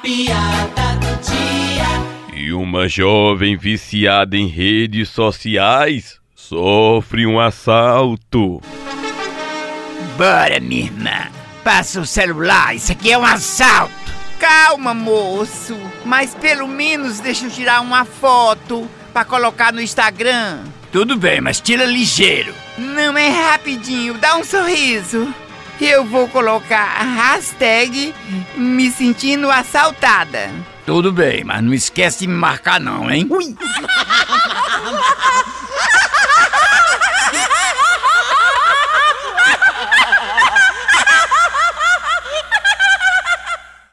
piada do dia. E uma jovem viciada em redes sociais sofre um assalto. Bora, minha irmã. Passa o celular, isso aqui é um assalto. Calma, moço. Mas pelo menos deixa eu tirar uma foto pra colocar no Instagram. Tudo bem, mas tira ligeiro. Não, é rapidinho, dá um sorriso. Eu vou colocar a hashtag me sentindo assaltada. Tudo bem, mas não esquece de me marcar não, hein? Ui.